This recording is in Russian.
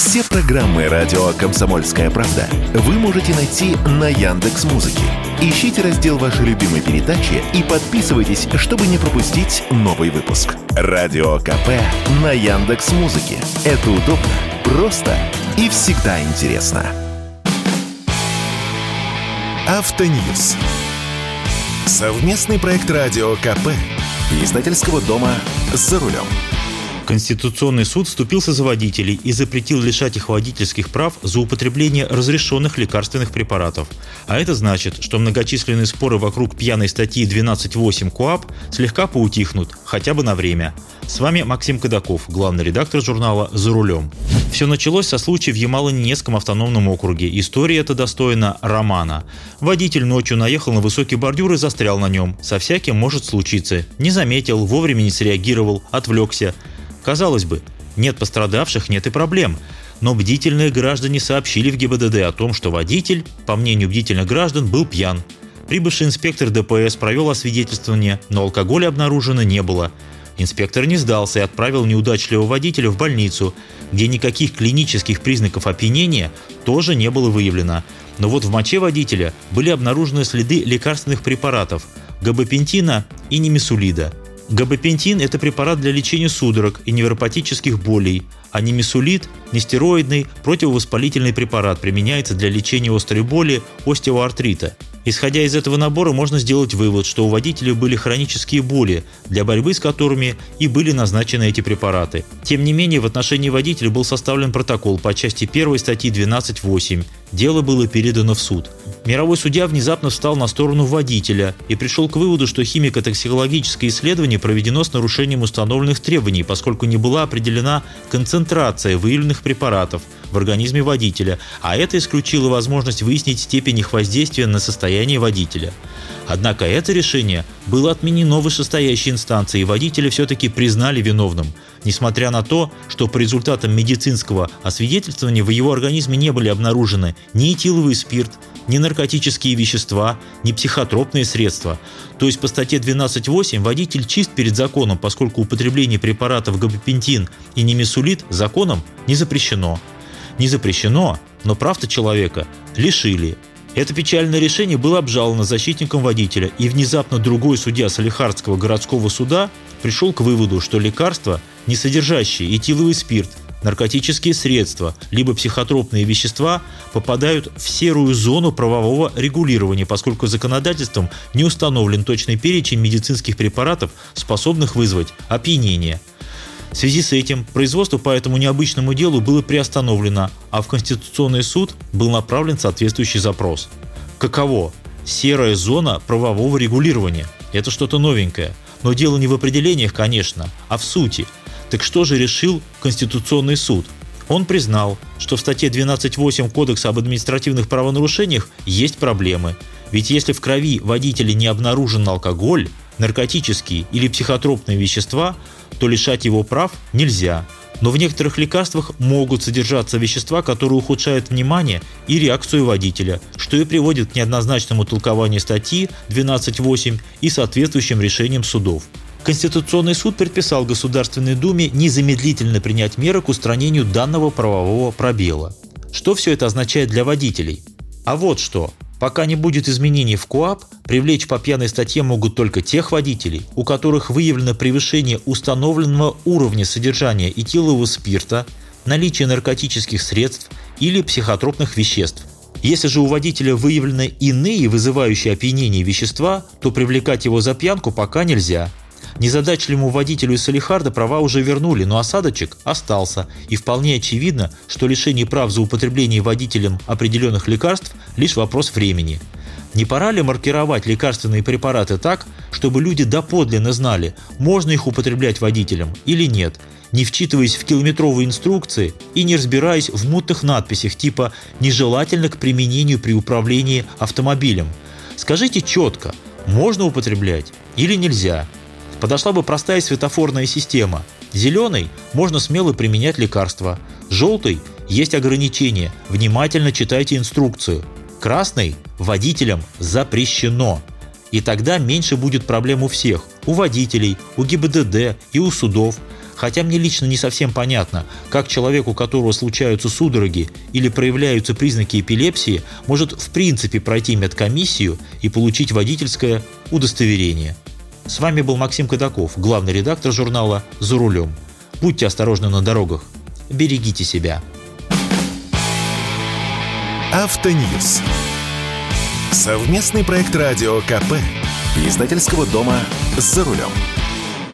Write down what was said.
Все программы радио «Комсомольская правда» вы можете найти на Яндекс.Музыке. Ищите раздел вашей любимой передачи и подписывайтесь, чтобы не пропустить новый выпуск. Радио КП на Яндекс.Музыке. Это удобно, просто и всегда интересно. Автоньюз. Совместный проект радио КП и издательского дома «За рулем». Конституционный суд вступился за водителей и запретил лишать их водительских прав за употребление разрешенных лекарственных препаратов. А это значит, что многочисленные споры вокруг пьяной статьи 12.8 КоАП слегка поутихнут, хотя бы на время. С вами Максим Кадаков, главный редактор журнала «За рулем». Все началось со случая в Ямало-Ненецком автономном округе. История эта достойна романа. Водитель ночью наехал на высокий бордюр и застрял на нем. Со всяким может случиться. Не заметил, вовремя не среагировал, отвлекся. Казалось бы, нет пострадавших, нет и проблем. Но бдительные граждане сообщили в ГИБДД о том, что водитель, по мнению бдительных граждан, был пьян. Прибывший инспектор ДПС провел освидетельствование, но алкоголя обнаружено не было. Инспектор не сдался и отправил неудачливого водителя в больницу, где никаких клинических признаков опьянения тоже не было выявлено. Но вот в моче водителя были обнаружены следы лекарственных препаратов – габапентина и нимесулида. Габапентин – это препарат для лечения судорог и невропатических болей, а нимесулид – нестероидный противовоспалительный препарат, применяется для лечения острой боли, остеоартрита. Исходя из этого набора, можно сделать вывод, что у водителей были хронические боли, для борьбы с которыми и были назначены эти препараты. Тем не менее, в отношении водителя был составлен протокол по части 1 статьи 12.8. Дело было передано в суд. Мировой судья внезапно встал на сторону водителя и пришел к выводу, что химико-токсикологическое исследование проведено с нарушением установленных требований, поскольку не была определена концентрация выявленных препаратов в организме водителя, а это исключило возможность выяснить степень их воздействия на состояние водителя. Однако это решение было отменено вышестоящей инстанцией, и водителя все-таки признали виновным, несмотря на то, что по результатам медицинского освидетельствования в его организме не были обнаружены ни этиловый спирт, ни наркотические вещества, ни психотропные средства. То есть по статье 12.8 водитель чист перед законом, поскольку употребление препаратов габапентин и нимесулид законом не запрещено. Не запрещено, но прав-то человека лишили. Это печальное решение было обжаловано защитником водителя, и внезапно другой судья Салихардского городского суда пришел к выводу, что лекарства, не содержащие этиловый спирт, наркотические средства, либо психотропные вещества, попадают в серую зону правового регулирования, поскольку законодательством не установлен точный перечень медицинских препаратов, способных вызвать опьянение. В связи с этим производство по этому необычному делу было приостановлено, а в Конституционный суд был направлен соответствующий запрос. Каково? Серая зона правового регулирования. Это что-то новенькое. Но дело не в определениях, конечно, а в сути. Так что же решил Конституционный суд? Он признал, что в статье 12.8 Кодекса об административных правонарушениях есть проблемы. Ведь если в крови водителя не обнаружен алкоголь, наркотические или психотропные вещества, то лишать его прав нельзя. Но в некоторых лекарствах могут содержаться вещества, которые ухудшают внимание и реакцию водителя, что и приводит к неоднозначному толкованию статьи 12.8 и соответствующим решениям судов. Конституционный суд предписал Государственной Думе незамедлительно принять меры к устранению данного правового пробела. Что все это означает для водителей? А вот что. Пока не будет изменений в КоАП, привлечь по пьяной статье могут только тех водителей, у которых выявлено превышение установленного уровня содержания этилового спирта, наличие наркотических средств или психотропных веществ. Если же у водителя выявлены иные вызывающие опьянение вещества, то привлекать его за пьянку пока нельзя. Незадачливому водителю из Салихарда права уже вернули, но осадочек остался, и вполне очевидно, что лишение прав за употребление водителем определенных лекарств – лишь вопрос времени. Не пора ли маркировать лекарственные препараты так, чтобы люди доподлинно знали, можно их употреблять водителем или нет, не вчитываясь в километровые инструкции и не разбираясь в мутных надписях типа «нежелательно к применению при управлении автомобилем». Скажите четко, можно употреблять или нельзя. Подошла бы простая светофорная система. Зеленый – можно смело применять лекарства. Желтый – есть ограничения, внимательно читайте инструкцию. Красный – водителям запрещено. И тогда меньше будет проблем у всех – у водителей, у ГИБДД и у судов. Хотя мне лично не совсем понятно, как человек, у которого случаются судороги или проявляются признаки эпилепсии, может в принципе пройти медкомиссию и получить водительское удостоверение. С вами был Максим Кадаков, главный редактор журнала «За рулем». Будьте осторожны на дорогах. Берегите себя. Автоньюз. Совместный проект радио КП. Издательского дома «За рулем».